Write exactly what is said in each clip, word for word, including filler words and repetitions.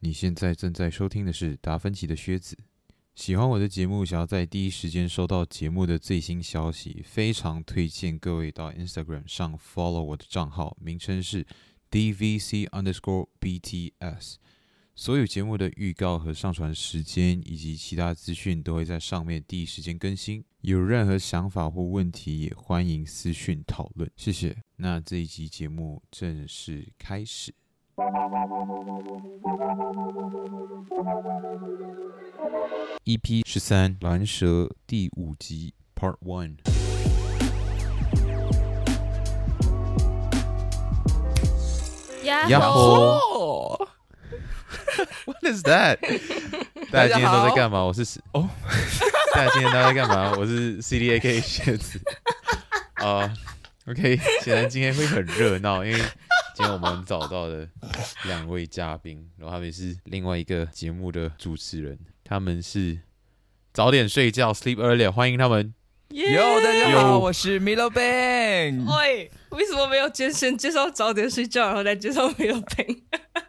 你现在正在收听的是达芬奇的靴子。喜欢我的节目，想要在第一时间收到节目的最新消息，非常推荐各位到 Instagram 上 follow 我的账号，名称是 D V C underscore B T S。所有节目的预告和上传时间以及其他资讯都会在上面第一时间更新。有任何想法或问题，也欢迎私讯讨论。谢谢。那这一集节目正式开始。E P 十三蓝蛇第五集 Part One。 呀吼 ！What is that？ 大家今天都在干嘛？我是哦，大家今天都在干嘛？我是 C D A K 靴子啊。uh, OK， 显然今天会很热闹，因为今天我们找到了两位嘉宾，然后他们是另外一个节目的主持人，他们是早点睡觉 Sleep Earlier， 欢迎他们。 Yo， 大家好，我是 Milo Bang。 喂，为什么没有先介绍早点睡觉，然后再介绍 Milo Bang？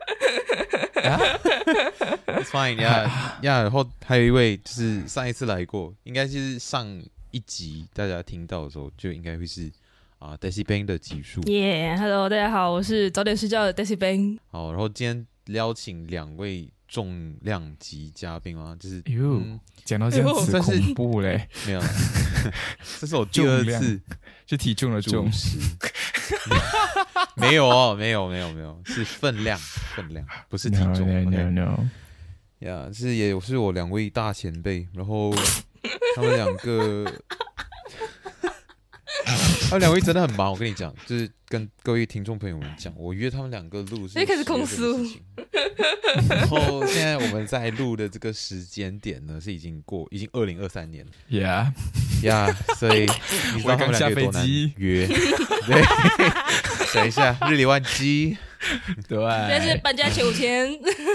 It's fine， 呀呀，然后还有一位就是上一次来过，应该是上一集大家听到的时候就应该会是啊 Desi Bang 的集数。 耶、yeah, ，Hello， 大家好，我是早点睡觉的 Desi Bang。 好，然后今天邀请两位重量级嘉宾啊，就是哟，讲、嗯、到这样子恐怖嘞， 没有，这是我第二次是体重的重视， 没有哦，没有没有没有，是分量分量，不是体重。 No no no， 呀、yeah, ，是也是我两位大前辈，然后他们两个。他们两位真的很忙，我跟你讲，就是跟各位听众朋友们讲，我约他们两个录是开始公司， 然后现在我们在录的这个时间点呢，是已经过，已经二零二三年了 ，Yeah， 呀、yeah, 所以你知道他们两个有多难约？对，等一下，日理万机， 对， 现在是搬家前五天，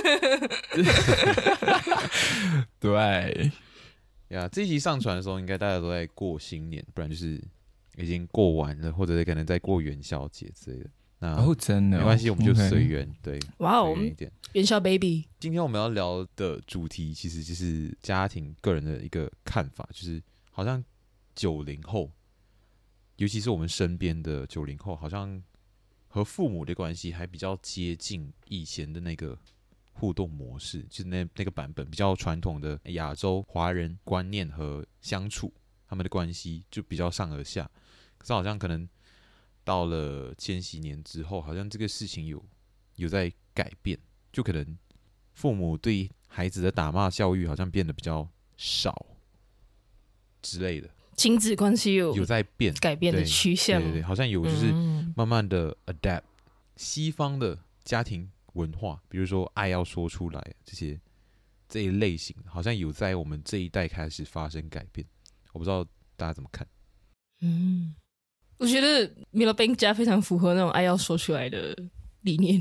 对， 呀，这一集上传的时候，应该大家都在过新年，不然就是已经过完了，或者可能在过元宵节之类的。那哦，真的没关系，我们就随缘。Okay. 对， 哇哦， 随缘一点。 元宵 baby。 今天我们要聊的主题其实就是家庭个人的一个看法，就是好像九零后，尤其是我们身边的九零后，好像和父母的关系还比较接近以前的那个互动模式，就是那那个版本比较传统的亚洲华人观念和相处，他们的关系就比较上而下。可是好像可能到了千禧年之后，好像这个事情有有在改变，就可能父母对孩子的打骂教育好像变得比较少之类的， 亲子关系有有在变改变的趋向， 对对对，好像有就是慢慢的 adapt、嗯、西方的家庭文化，比如说爱要说出来这些这一类型，好像有在我们这一代开始发生改变，我不知道大家怎么看。 嗯，我觉得 Milo Bang 家非常符合那种爱要说出来的理念。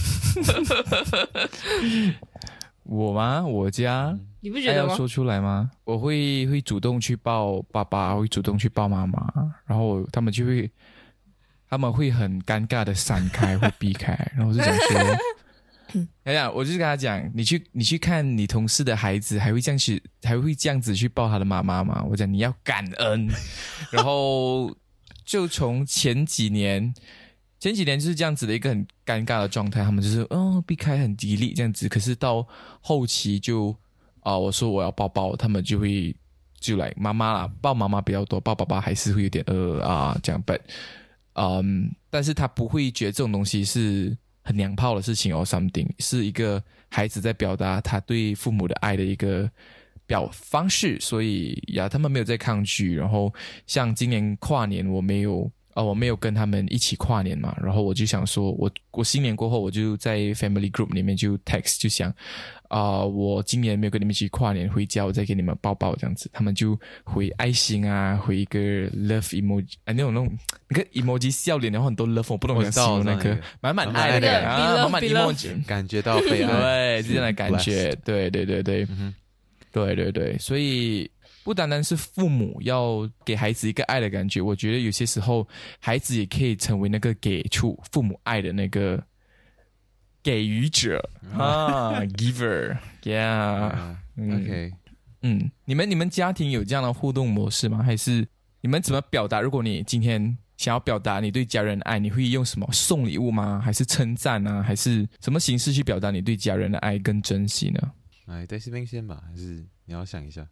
我吗？我家你不觉得吗？ 爱要说出来吗？我会会主动去抱爸爸，会主动去抱妈妈，然后他们就会他们会很尴尬的闪开或避开，然后我就讲说。哎呀，我就是跟他讲，你去你去看你同事的孩子，还会这样去，还会这样子去抱他的妈妈吗？我讲你要感恩，然后就从前几年，前几年就是这样子的一个很尴尬的状态，他们就是哦避开很极力这样子，可是到后期就啊、呃，我说我要抱抱，他们就会就来妈妈啦，抱妈妈比较多，抱爸爸还是会有点呃啊这样笨，嗯，但是他不会觉得这种东西是。很娘炮的事情哦 something 是一个孩子在表达他对父母的爱的一个表方式，所以呀，他们没有在抗拒。然后像今年跨年，我没有啊、呃，我没有跟他们一起跨年嘛，然后我就想说，我我新年过后，我就在 family group 里面就 text 就想啊、呃，我今年没有跟你们一起跨年，回家我再给你们抱抱这样子，他们就回爱心啊，回一个 love emoji 啊，那种那种那个 emoji 笑脸，然后很多 love， 我不懂怎么形容那个满满爱的啊，满满 emoji， 感觉到被爱，对，这样的感觉，对对对对，嗯、对对对，所以。不单单是父母要给孩子一个爱的感觉，我觉得有些时候孩子也可以成为那个给出父母爱的那个给予者啊 ，giver，yeah，、 uh, 嗯 OK， 嗯，你们你们家庭有这样的互动模式吗？还是你们怎么表达？如果你今天想要表达你对家人的爱，你会用什么？送礼物吗？还是称赞啊？还是什么形式去表达你对家人的爱跟珍惜呢？ 来，戴这边先吧，还是你要想一下？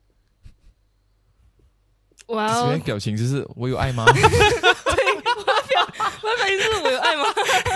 哇这边哦， 表情就是我有爱吗？ 对，我的表，我的表情是我有爱吗？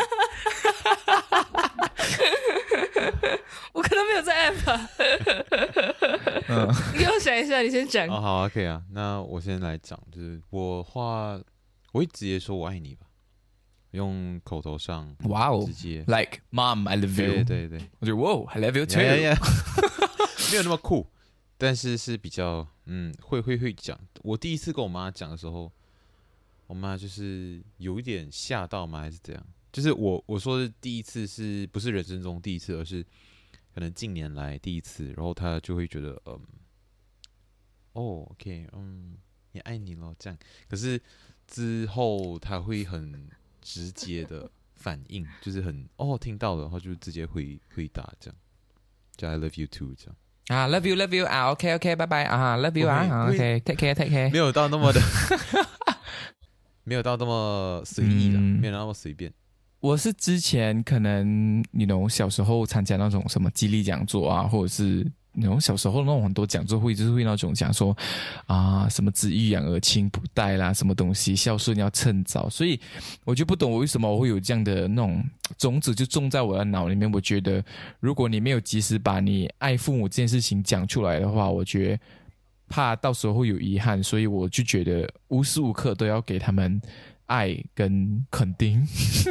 我可能没有在爱吧。 嗯， 你给我想一下，你先讲。 哦，好啊，可以啊。那我先来讲，就是我话，我会直接说我爱你吧，用口头上， 哇哦直接 ，like mom I love 对 you， 对对， 我觉得哇 I love you too， yeah, yeah, yeah 没有那么酷，但是是比较嗯会会会讲。我第一次跟我妈讲的时候，我妈就是有一点吓到吗？还是怎样？就是我我说的第一次是不是人生中第一次，而是可能近年来第一次，然后她就会觉得嗯，哦 ，OK， 嗯，也爱你咯，这样。可是之后她会很直接的反应，就是很哦听到了，然后就直接回回答这样，就 I love you too 这样。 啊 ，love you love you 啊 ，OK OK， 拜拜啊，love you 啊，OK，take care take care， 没有到那么的，没有到那么随意的， 嗯没有那么随便。 我是之前可能你 you know 小时候参加那种什么激励讲座啊，或者是那种小时候那种很多讲座会，就是会那种讲说啊什么子欲养而亲不待啦，什么东西孝顺要趁早，所以我就不懂我为什么我会有这样的那种种子就种在我的脑里面。我觉得如果你没有及时把你爱父母这件事情讲出来的话，我觉得怕到时候会有遗憾，所以我就觉得无时无刻都要给他们爱跟肯定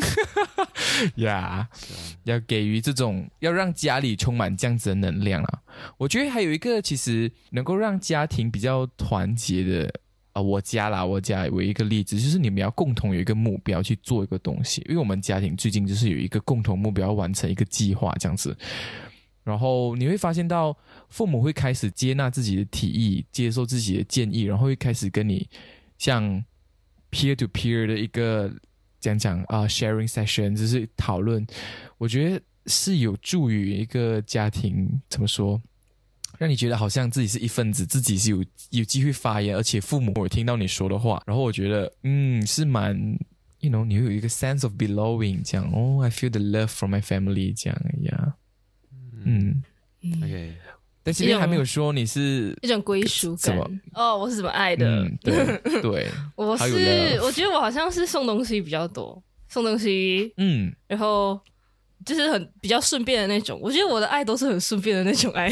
呀yeah, 要给予这种，要让家里充满这样子的能量啊。我觉得还有一个其实能够让家庭比较团结的啊、呃，我家啦，我家有一个例子，就是你们要共同有一个目标去做一个东西，因为我们家庭最近就是有一个共同目标，完成一个计划这样子。然后你会发现到父母会开始接纳自己的提议，接受自己的建议，然后会开始跟你像peer to peer 的一个讲讲啊、uh, sharing session， 就是讨论，我觉得是有助于一个家庭怎么说，让你觉得好像自己是一份子，自己是有有机会发言，而且父母有听到你说的话，然后我觉得嗯是蛮 you know 你会有一个 sense of belonging 这样哦 I feel the love from my family 这样呀，嗯, 嗯 OK。 但是你还没有说你是一种归属感哦，我是怎么爱的？ 嗯、对对， 我是我觉得我好像是送东西比较多，送东西，嗯，然后就是很比较顺便的那种。我觉得我的爱都是很顺便的那种爱，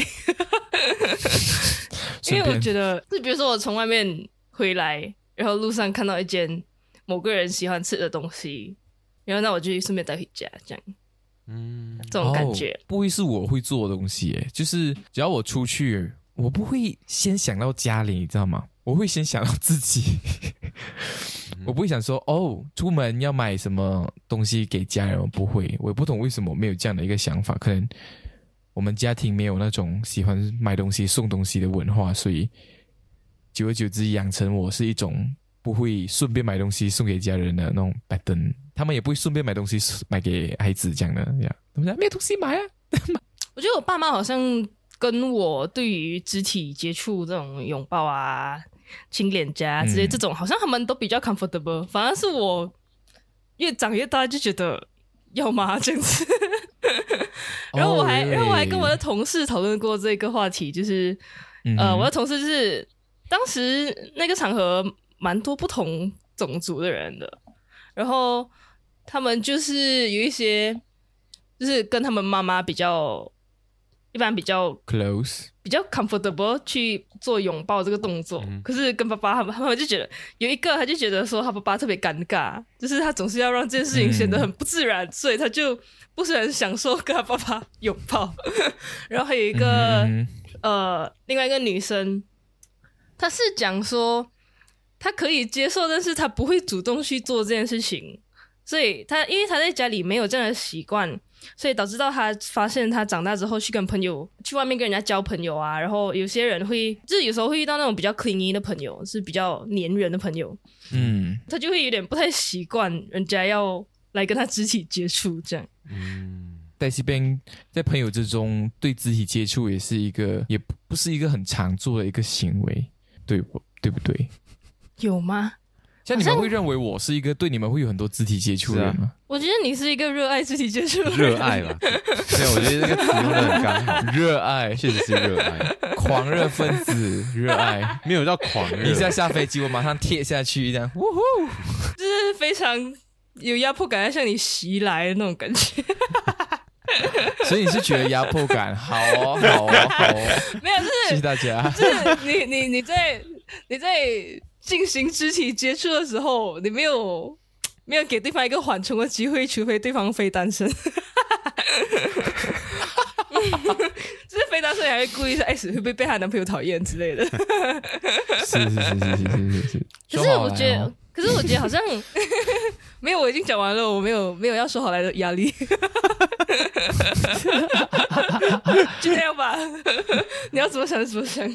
因为我觉得，就比如说我从外面回来，然后路上看到一件某个人喜欢吃的东西，然后那我就顺便带回家，这样。嗯，这种感觉、 哦、不会是我会做的东西耶，就是只要我出去，我不会先想到家里，你知道吗？我会先想到自己，我不会想说哦，出门要买什么东西给家人，我不会，我也不懂为什么没有这样的一个想法，可能我们家庭没有那种喜欢买东西送东西的文化，所以久而久之养成我是一种不会顺便买东西送给家人的那种 pattern， 他们也不会顺便买东西买给孩子这样的呀，他们讲没有东西买啊。 我觉得我爸妈好像跟我对于肢体接触这种拥抱啊、亲脸颊之类这种、嗯、好像他们都比较 comfortable， 反而是我越长越大就觉得要吗这样子。然后我还、oh, really? 然后我还跟我的同事讨论过这个话题，就是、嗯、呃，我的同事就是当时那个场合蛮多不同种族的人的，然后他们就是有一些就是跟他们妈妈比较一般比较 close 比较 comfortable 去做拥抱这个动作、嗯、可是跟爸爸他们他们就觉得有一个他就觉得说他爸爸特别尴尬，就是他总是要让这件事情显得很不自然、嗯、所以他就不是很享受跟他爸爸拥抱。然后还有一个、嗯、呃另外一个女生，她是讲说她可以接受，但是她不会主动去做这件事情，所以她因为她在家里没有这样的习惯，所以导致到她发现她长大之后去跟朋友去外面跟人家交朋友啊，然后有些人会就是有时候会遇到那种比较 clingy 的朋友，是比较黏人的朋友，嗯，她就会有点不太习惯人家要来跟她肢体接触这样，嗯， 在这边在朋友之中对肢体接触也是一个，也不是一个很常做的一个行为，对不对不对？ 有吗？ 像你们会认为我是一个对你们会有很多肢体接触的人吗？ 我觉得你是一个热爱肢体接触的人， 热爱吧？对，我觉得这个词用的很刚好。 热爱确实是热爱， 狂热分子，热爱没有叫狂热。 一下下飞机，我马上贴下去，这样，呜呼， 就是非常有压迫感，向你袭来的那种感觉。 所以你是觉得压迫感？好哦，好哦，好哦， 没有，就是谢谢大家。 就是你你你在你在进行肢体接触的时候，你没有没有给对方一个缓冲的机会，除非对方非单身。就是非单身还会故意说，哎，会不会被她男朋友讨厌之类的？ 是是是是是是是。 可是我觉得，可是我觉得好像没有，我已经讲完了，我没有没有要说好来的压力。就这样吧，你要怎么想就怎么想。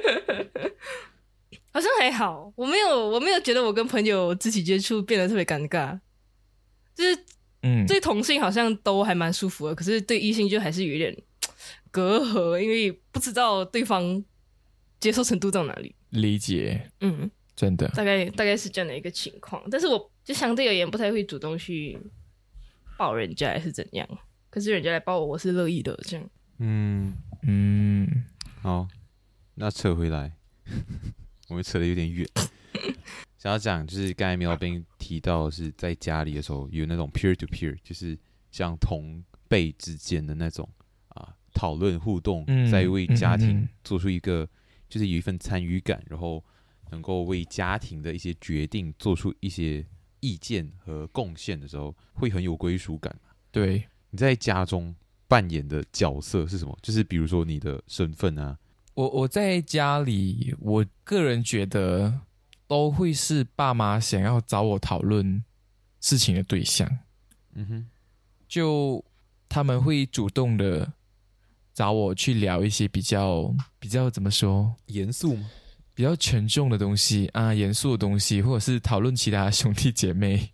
好像还好，我没有我没有觉得我跟朋友肢体接触变得特别尴尬，就是嗯，对同性好像都还蛮舒服的，可是对异性就还是有一点隔阂，因为不知道对方接受程度到哪里。 理解，嗯，真的， 大概大概是这样的一个情况，但是我就相对而言不太会主动去抱人家还是怎样，可是人家来抱我，我是乐意的，这样。 嗯嗯，好，那扯回来。我们扯得有点远，想要讲就是刚才苗斌提到的是在家里的时候有那种 peer to peer， 就是像同辈之间的那种啊讨论互动，嗯、在为家庭做出一个、嗯、就是有一份参与感，然后能够为家庭的一些决定做出一些意见和贡献的时候，会很有归属感。 对， 你在家中扮演的角色是什么？就是比如说你的身份啊。 我我在家里，我个人觉得都会是爸妈想要找我讨论事情的对象。嗯哼，就他们会主动的找我去聊一些比较比较怎么说严肃吗？ 比较沉重的东西啊，严肃的东西，或者是讨论其他兄弟姐妹。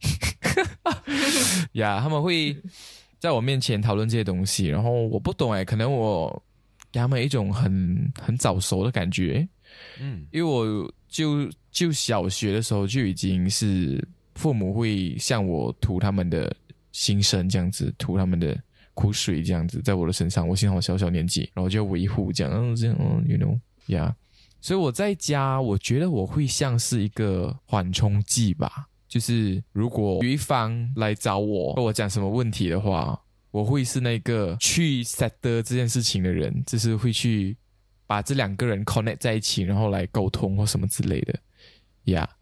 呀， yeah, 他们会在我面前讨论这些东西，然后我不懂哎，可能我。给他们一种很很早熟的感觉，嗯，因为我就就小学的时候就已经是父母会向我吐他们的心声，这样子吐他们的苦水，这样子在我的身上。我幸好小小年纪，然后就维护这样，嗯，这样，嗯 ，you know， yeah。所以我在家，我觉得我会像是一个缓冲剂吧，就是如果有一方来找我，跟我讲什么问题的话。我会是那个去 set 这件事情的人，就是会去把这两个人 connect 在一起，然后来沟通或什么之类的。呀、yeah, ，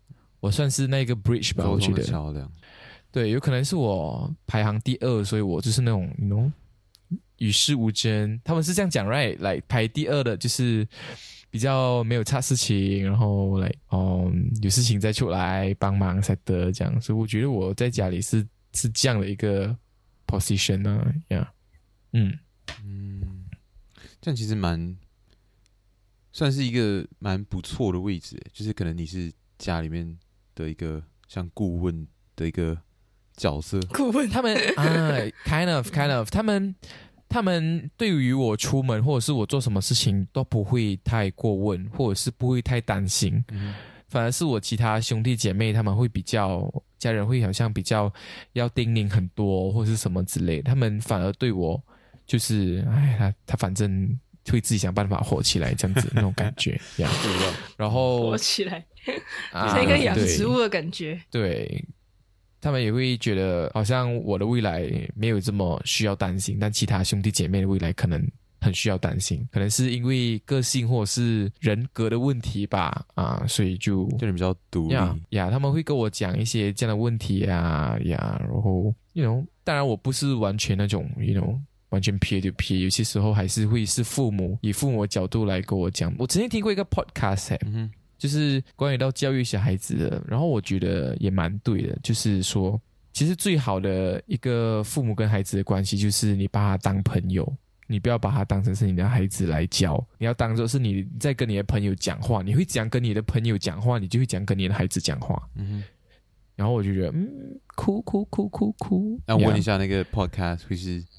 我算是那个 bridge 吧，我觉得。 桥梁。 对，有可能是我排行第二，所以我就是那种 you know 与世无争。他们是这样讲 right， 来排第二的就是比较没有差事情，然后来哦、um, 有事情再出来帮忙 set 这样。所以我觉得我在家里是是这样的一个。position 啊 ，yeah， 嗯嗯，这样其实蛮算是一个蛮不错的位置，就是可能你是家里面的一个像顾问的一个角色。 顾问他们啊 ，kind of kind of， 他们他们对于我出门或者是我做什么事情都不会太过问，或者是不会太担心。嗯，反而是我其他兄弟姐妹他们会比较。家人会好像比较要叮咛很多或是什么之类的，他们反而对我就是哎，他他反正会自己想办法活起来这样子那种感觉，然后活起来，像一个养植物的感觉。 对，他们也会觉得好像我的未来没有这么需要担心，但其他兄弟姐妹的未来可能。很需要担心，可能是因为个性或者是人格的问题吧，啊，所以就就比较独立呀呀，他们会跟我讲一些这样的问题啊呀，然后 you know， 当然我不是完全那种 you know 完全 peer to peer， 有些时候还是会是父母以父母的角度来跟我讲。我曾经听过一个 podcast，、嗯、就是关于到教育小孩子的，然后我觉得也蛮对的，就是说，其实最好的一个父母跟孩子的关系，就是你把他当朋友。你不要把他当成是你的孩子来教，你要当作是你在跟你的朋友讲话，你会讲跟你的朋友讲话，你就会讲跟你的孩子讲话。嗯，然后我就觉得，嗯，酷酷酷酷酷。 那我问一下，那个 podcast 会是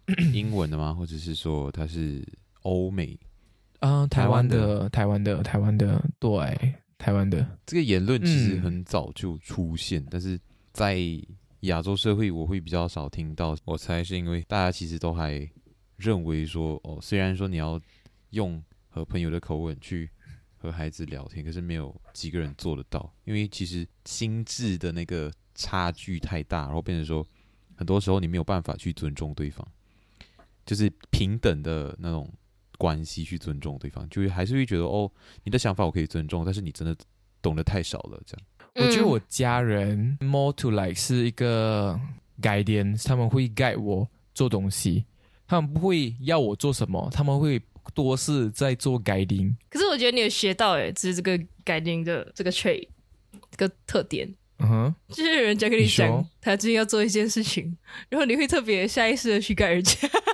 英文的吗？或者是说他是欧美？ 啊、呃，台湾台的，台湾的，台湾的，对，台湾的这个言论其实很早就出现，嗯、但是在亚洲社会我会比较少听到。我猜是因为大家其实都还认为说，哦，虽然说你要用和朋友的口吻去和孩子聊天，可是没有几个人做得到，因为其实心智的那个差距太大，然后变成说，很多时候你没有办法去尊重对方，就是平等的那种关系去尊重对方，就是还是会觉得哦，你的想法我可以尊重，但是你真的懂得太少了，这样。 我觉得我家人 more to like 是一个 guidance， 他们会 guide 我做东西，他们不会要我做什么，他们会多是在做 guiding。 可是我觉得你有学到诶，就是这个 guiding 的这个 trait 这个特点。 嗯哼， 就是人家跟你讲他最近要做一件事情，然后你会特别下意识的去改人家。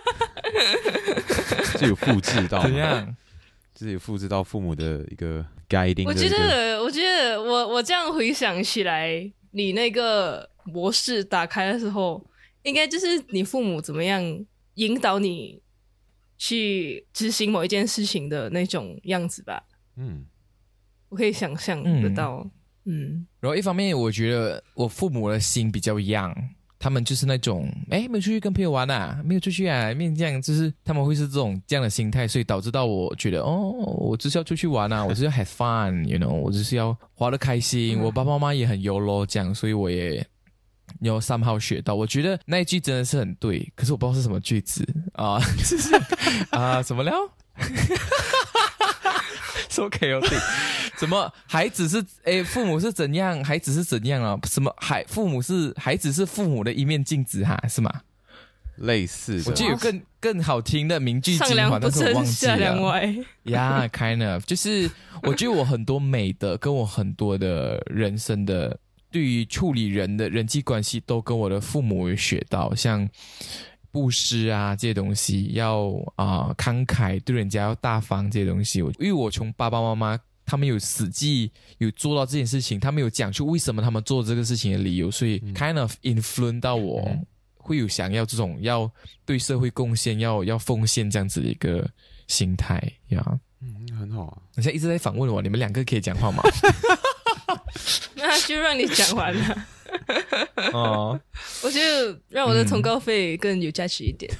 这有复制到怎样？ 这有复制到父母的一个 guiding。 我觉得，我觉得我我这样回想起来，你那个模式打开的时候，应该就是你父母怎么样引导你去执行某一件事情的那种样子吧。嗯，我可以想象得到。嗯嗯， 然后一方面我觉得我父母的心比较 young， 他们就是那种哎没有出去跟朋友玩啊，没有出去啊，没有这样，就是他们会是这种这样的心态，所以导致到我觉得哦，我就是要出去玩啊，我就是要 have fun， you know， 我就是要花得开心。我爸爸妈妈也很 Y O L O 这样，所以我也有 somehow 学到。我觉得那一句真的是很对，可是我不知道是什么句子啊，就是啊什么了？说 chaotic， 什么孩子是诶父母是怎样，孩子是怎样啊？什么孩父母是孩子是父母的一面镜子哈，是吗？ 类似的， 我记得有更更好听的名句精华，但是我忘记了。 上梁不正下梁歪呀、yeah, ，kind of， 就是我觉得我很多美的，跟我很多的人生的对于处理人的人际关系，都跟我的父母有学到，像布施啊这些东西，要啊、呃、慷慨，对人家要大方这些东西。因为我从爸爸妈妈他们有实际有做到这件事情，他们有讲出为什么他们做这个事情的理由，所以 kind of influence 到我。嗯，会有想要这种要对社会贡献、要要奉献这样子的一个心态呀。 嗯，很好啊。 你现在一直在反问我，你们两个可以讲话吗？ 那就让你讲完了。 哦， 我觉得让我的通告费更有价值一点。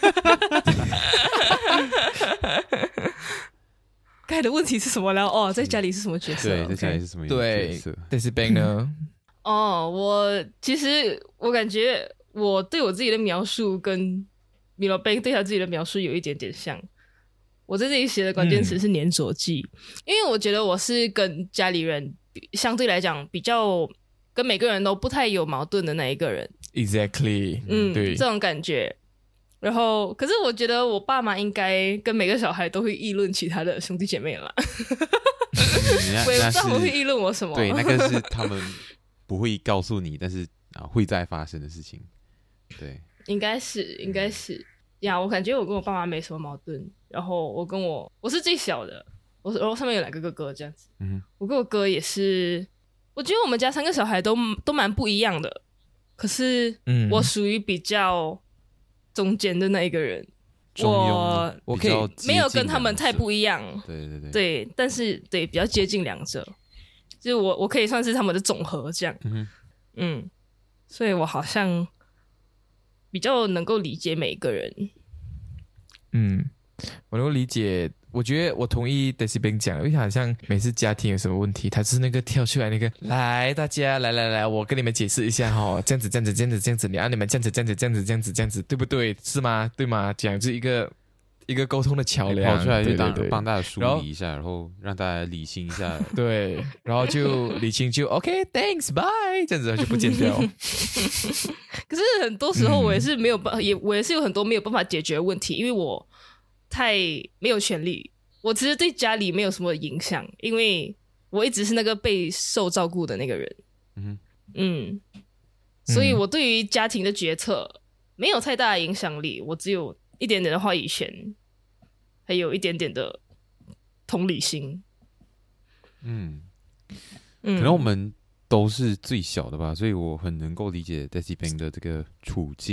刚才的问题是什么了？哦，在家里是什么角色？ 对，在家里是什么角色？ 对，但是 Bang 呢？ 哦，我其实我感觉我对我自己的描述跟米罗贝对他自己的描述有一点点像。我在这里写的关键词是黏着剂、嗯、因为我觉得我是跟家里人相对来讲比较跟每个人都不太有矛盾的那一个人。 Exactly， 嗯， 对， 这种感觉。然后可是我觉得我爸妈应该跟每个小孩都会议论其他的兄弟姐妹啦。我也不知道他们会议论我什么。 对，那个是他们不会告诉你，但是、啊、会再发生的事情。对， 应该是应该是呀。我感觉我跟我爸妈没什么矛盾，然后我跟我我是最小的，我然后上面有两个哥哥这样子。嗯，我跟我哥也是，我觉得我们家三个小孩都都蛮不一样的，可是我属于比较中间的那一个人。 中我我可以没有跟他们太不一样， 对对对对，但是对比较接近两者，就是我我可以算是他们的总和这样。嗯嗯，所以我好像比较能够理解每一个人。 嗯，我能够理解。我觉得我同意 Daisy Bang 讲，因为好像每次家庭有什么问题，他就是那个跳出来那个，来大家来来来，我跟你们解释一下哈，这样子这样子这样子这样子，你要你们这样子这样子这样子这样子这样子，对不对？是吗？对吗？讲是一个一个沟通的桥梁， 跑出来就当帮大家梳理一下，然后让大家理清一下， 对，然后就理清就 OK thanks bye 这样子就不见掉。 可是很多时候我也是没有办法、嗯、也我也是有很多没有办法解决的问题，因为我太没有权利。我其实对家里没有什么影响，因为我一直是那个被受照顾的那个人。嗯嗯，所以我对于家庭的决策没有太大的影响力，我只有一点点的话语权，还有一点点的同理心。 嗯，可能我们都是最小的吧，所以我很能够理解 Daisy Bang 的这个处境。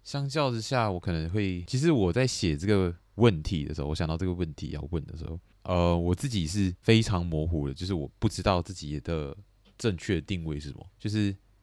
相较之下，我可能会，其实我在写这个问题的时候，我想到这个问题要问的时候，呃，我自己是非常模糊的，就是我不知道自己的正确定位是什么，就是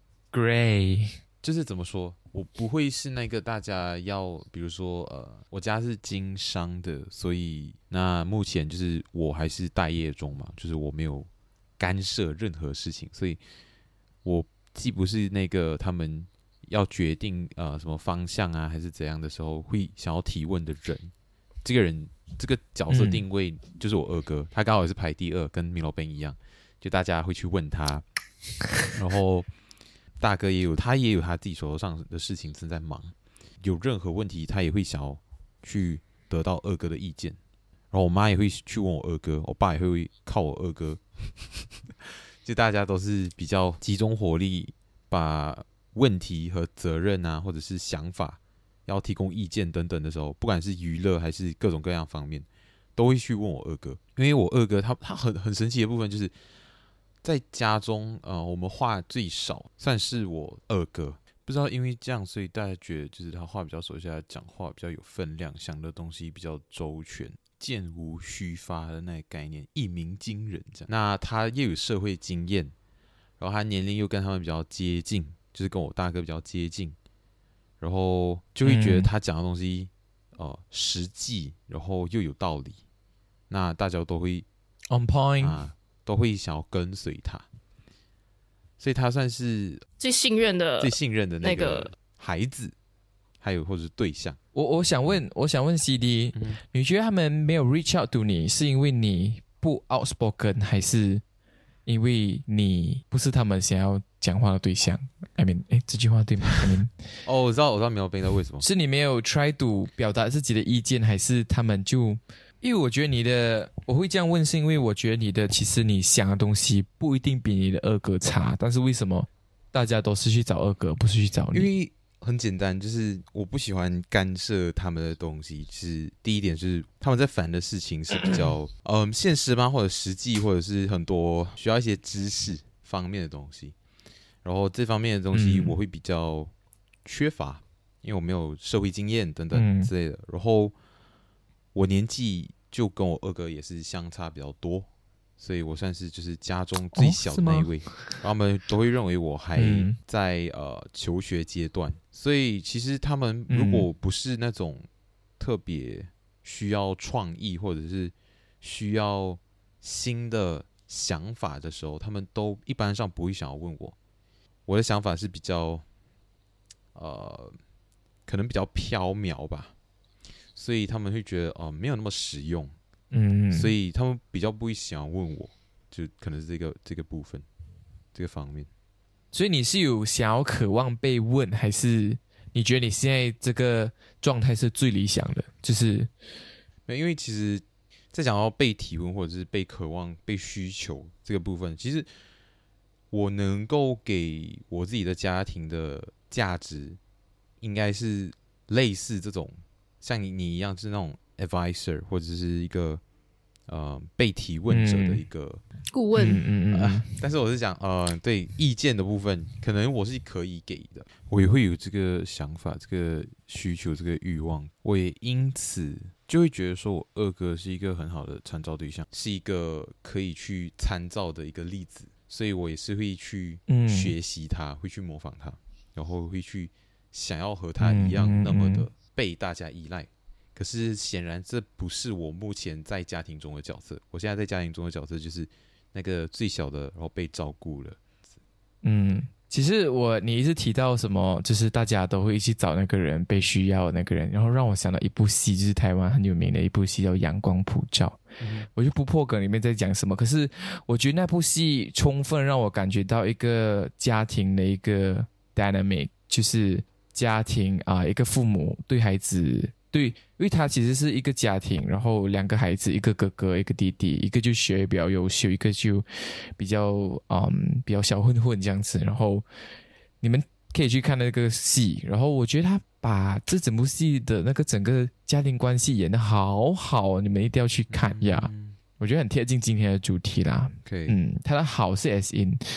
Gray， 就是怎么说，我不会是那个大家要，比如说，呃，我家是经商的，所以那目前就是我还是待业中嘛，就是我没有干涉任何事情，所以我既不是那个他们要决定呃什么方向啊，还是怎样的时候会想要提问的人。这个人这个角色定位就是我二哥，嗯、他刚好也是排第二，跟米老兵一样，就大家会去问他，然后大哥也有他也有他自己手头上的事情正在忙，有任何问题他也会想要去得到二哥的意见，然后我妈也会去问我二哥，我爸也会靠我二哥，就大家都是比较集中火力把问题和责任啊，或者是想法要提供意见等等的时候，不管是娱乐还是各种各样方面，都会去问我二哥。因为我二哥他他很很神奇的部分就是在家中，呃，我们话最少，算是我二哥。不知道因为这样，所以大家觉得就是他话比较少，下讲话比较有分量，想的东西比较周全，箭无虚发的那个概念，一鸣惊人这样。那他又有社会经验，然后他年龄又跟他们比较接近。就是跟我大哥比较接近，然后就会觉得他讲的东西，嗯、呃，实际，然后又有道理，那大家都会 on point 啊，都会想要跟随他，所以他算是最信任的、 最信任的那个孩子，还有或者是对象。 我我想问，我想问 C D，、嗯、你觉得他们没有 reach out to 你，是因为你不 outspoken， 还是因为你不是他们想要讲话的对象 ？I mean， 哎，这句话对吗 ？I mean， 哦，我知道，我知道苗兵的为什么是你没有 try to 表达自己的意见，还是他们就？因为我觉得你的，我会这样问，是因为我觉得你的，其实你想的东西不一定比你的二哥差，但是为什么大家都是去找二哥，不是去找你？ 因为很简单，就是我不喜欢干涉他们的东西。是第一点，就是他们在烦的事情是比较嗯现实吗，或者实际，或者是很多需要一些知识方面的东西。然后这方面的东西我会比较缺乏，嗯、因为我没有社会经验等等之类的。嗯、然后我年纪就跟我二哥也是相差比较多，所以我算是就是家中最小的那一位。哦、然后他们都会认为我还在、嗯、呃求学阶段，所以其实他们如果不是那种特别需要创意或者是需要新的想法的时候，他们都一般上不会想要问我。我的想法是比较，呃，可能比较飘渺吧，所以他们会觉得哦、呃、没有那么实用，嗯，所以他们比较不会想要问我，就可能是这个这个部分，这个方面。 所以你是有想要渴望被问，还是你觉得你现在这个状态是最理想的？就是， 因为其实，在讲到被提问或者是被渴望、被需求这个部分，其实。我能够给我自己的家庭的价值，应该是类似这种像你一样是那种 advisor 或者是一个呃被提问者的一个顾问。 嗯嗯嗯、 呃。但是我是讲呃对意见的部分，可能我是可以给的，我也会有这个想法、这个需求、这个欲望，我也因此就会觉得说我二哥是一个很好的参照对象，是一个可以去参照的一个例子。所以我也是会去学习他、嗯，会去模仿他，然后会去想要和他一样那么的被大家依赖。嗯嗯嗯、可是显然这不是我目前在家庭中的角色。我现在在家庭中的角色就是那个最小的，然后被照顾了。 嗯，其实我你一直提到什么，就是大家都会一起找那个人，被需要的那个人，然后让我想到一部戏，就是台湾很有名的一部戏叫《阳光普照》。嗯、我就不破梗里面在讲什么，可是我觉得那部戏充分让我感觉到一个家庭的一个 dynamic， 就是家庭啊、呃，一个父母对孩子，对，因为他其实是一个家庭，然后两个孩子，一个哥哥，一个弟弟，一个就学业比较优秀，一个就比较嗯比较小混混这样子，然后你们可以去看那个戏，然后我觉得他把这整部戏的那个整个家庭关系演得好好，你们一定要去看呀！嗯、我觉得很贴近今天的主题啦。 Okay. 嗯，他的好是 as in，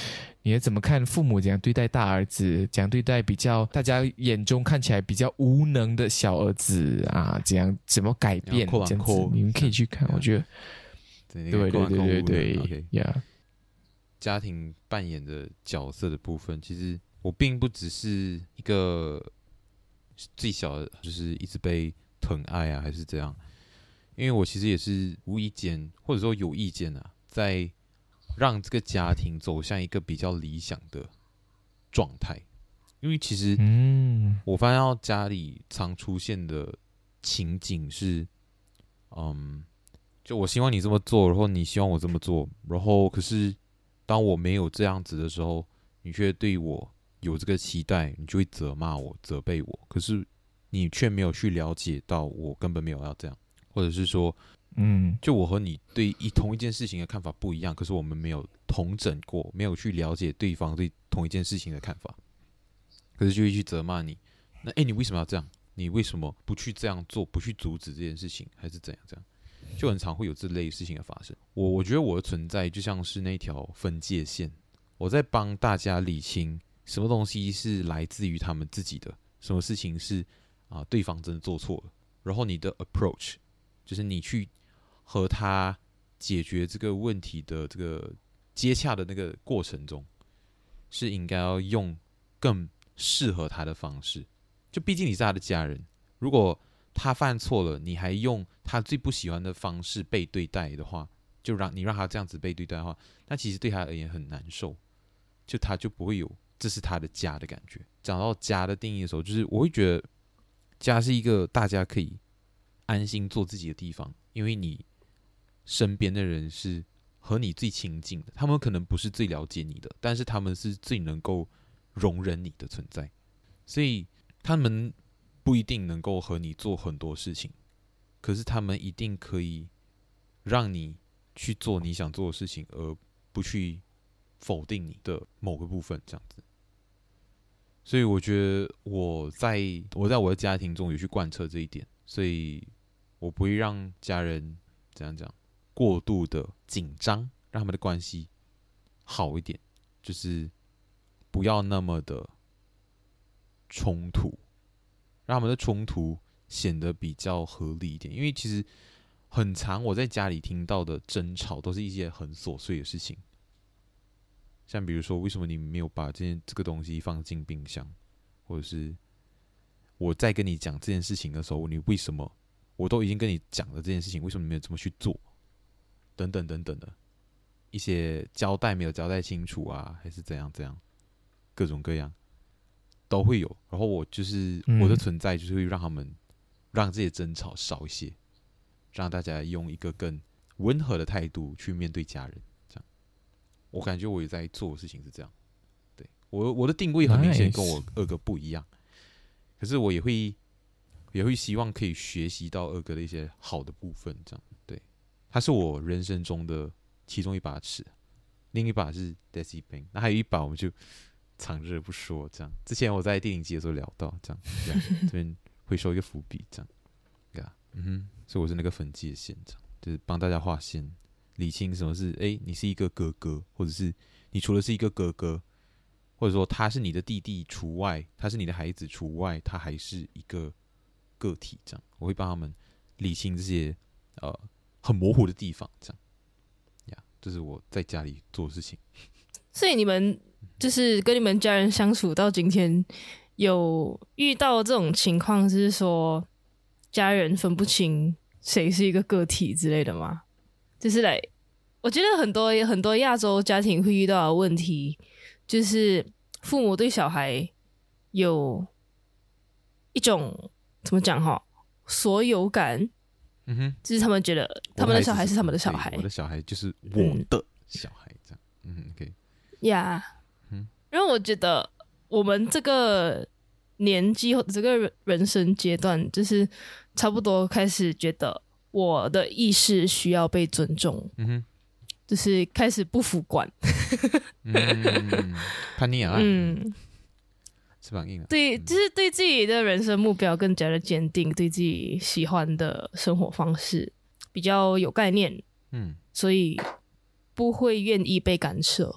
你要怎么看父母怎样对待大儿子，怎样对待比较大家眼中看起来比较无能的小儿子啊？怎样怎么改变？这样子你们可以去看，我觉得。对对对对对 ，OK， 呀。 家庭扮演的角色的部分，其实我并不只是一个最小的，就是一直被疼爱啊，还是这样。因为我其实也是无意间，或者说有意间啊，在让这个家庭走向一个比较理想的状态。因为其实，嗯，我发现到家里常出现的情景是，嗯，就我希望你这么做，然后你希望我这么做，然后可是当我没有这样子的时候，你却对我有这个期待，你就会责骂我、责备我，可是你却没有去了解到我根本没有要这样。或者是说，嗯，就我和你对一同一件事情的看法不一样，可是我们没有同整过，没有去了解对方对同一件事情的看法，可是就会去责骂你。那哎、欸，你为什么要这样？你为什么不去这样做？不去阻止这件事情，还是怎样？这样就很常会有这类事情的发生。我我觉得我的存在就像是那条分界线，我在帮大家理清什么东西是来自于他们自己的，什么事情是啊、呃、对方真的做错了，然后你的 approach。就是你去和他解决这个问题的这个接洽的那个过程中，是应该要用更适合他的方式。就毕竟你是他的家人，如果他犯错了，你还用他最不喜欢的方式被对待的话，就让你让他这样子被对待的话，那其实对他而言很难受，就他就不会有这是他的家的感觉。讲到家的定义的时候，就是我会觉得家是一个大家可以安心做自己的地方，因为你身边的人是和你最亲近的，他们可能不是最了解你的，但是他们是最能够容忍你的存在，所以他们不一定能够和你做很多事情，可是他们一定可以让你去做你想做的事情，而不去否定你的某个部分，这样子。所以我觉得我在我在我的家庭中有去贯彻这一点，所以我不会让家人怎样讲过度的紧张，让他们的关系好一点，就是不要那么的冲突，让他们的冲突显得比较合理一点。因为其实很常我在家里听到的争吵都是一些很琐碎的事情，像比如说为什么你没有把这件这个东西放进冰箱，或者是我在跟你讲这件事情的时候，你为什么我都已经跟你讲了这件事情，为什么你没有这么去做？等等等等的一些交代没有交代清楚啊，还是怎样怎样，各种各样都会有。然后我就是我的存在，就是会让他们让这些争吵少一些，让大家用一个更温和的态度去面对家人。这样，我感觉我也在做的事情是这样。对我我的定位很明显跟我二哥不一样， nice. 可是我也会。也会希望可以学习到二哥的一些好的部分，这样对。他是我人生中的其中一把尺，另一把是 Desi Bank， 那还有一把我们就藏着不说，这样。之前我在第零集的时候聊到，这样，这边会收一个伏笔，这样，对啊，嗯哼，所以我是那个分界线，这样，就是帮大家划线，理清什么是，哎、欸，你是一个哥哥，或者是你除了是一个哥哥，或者说他是你的弟弟除外，他是你的孩子除外，他还是一个个体，这样，我会帮他们理清这些呃很模糊的地方，这样，呀，这是我在家里做的事情。 所以你们就是跟你们家人相处到今天，有遇到这种情况，是说家人分不清谁是一个个体之类的吗？就是来，我觉得很多很多亚洲家庭会遇到的问题，就是父母对小孩有一种怎么讲哈，所有感，嗯哼，就是他们觉得他们的小孩是他们的小孩， 我的小孩就是我的小孩，这样，嗯哼 ，OK， 呀，嗯，然后我觉得我们这个年纪或者这个人生阶段，就是差不多开始觉得我的意识需要被尊重，嗯哼，就是开始不服管， 嗯，叛逆啊，嗯。翅膀硬了， 对，就是对自己的人生目标更加的坚定，对自己喜欢的生活方式比较有概念，嗯，所以不会愿意被干涉，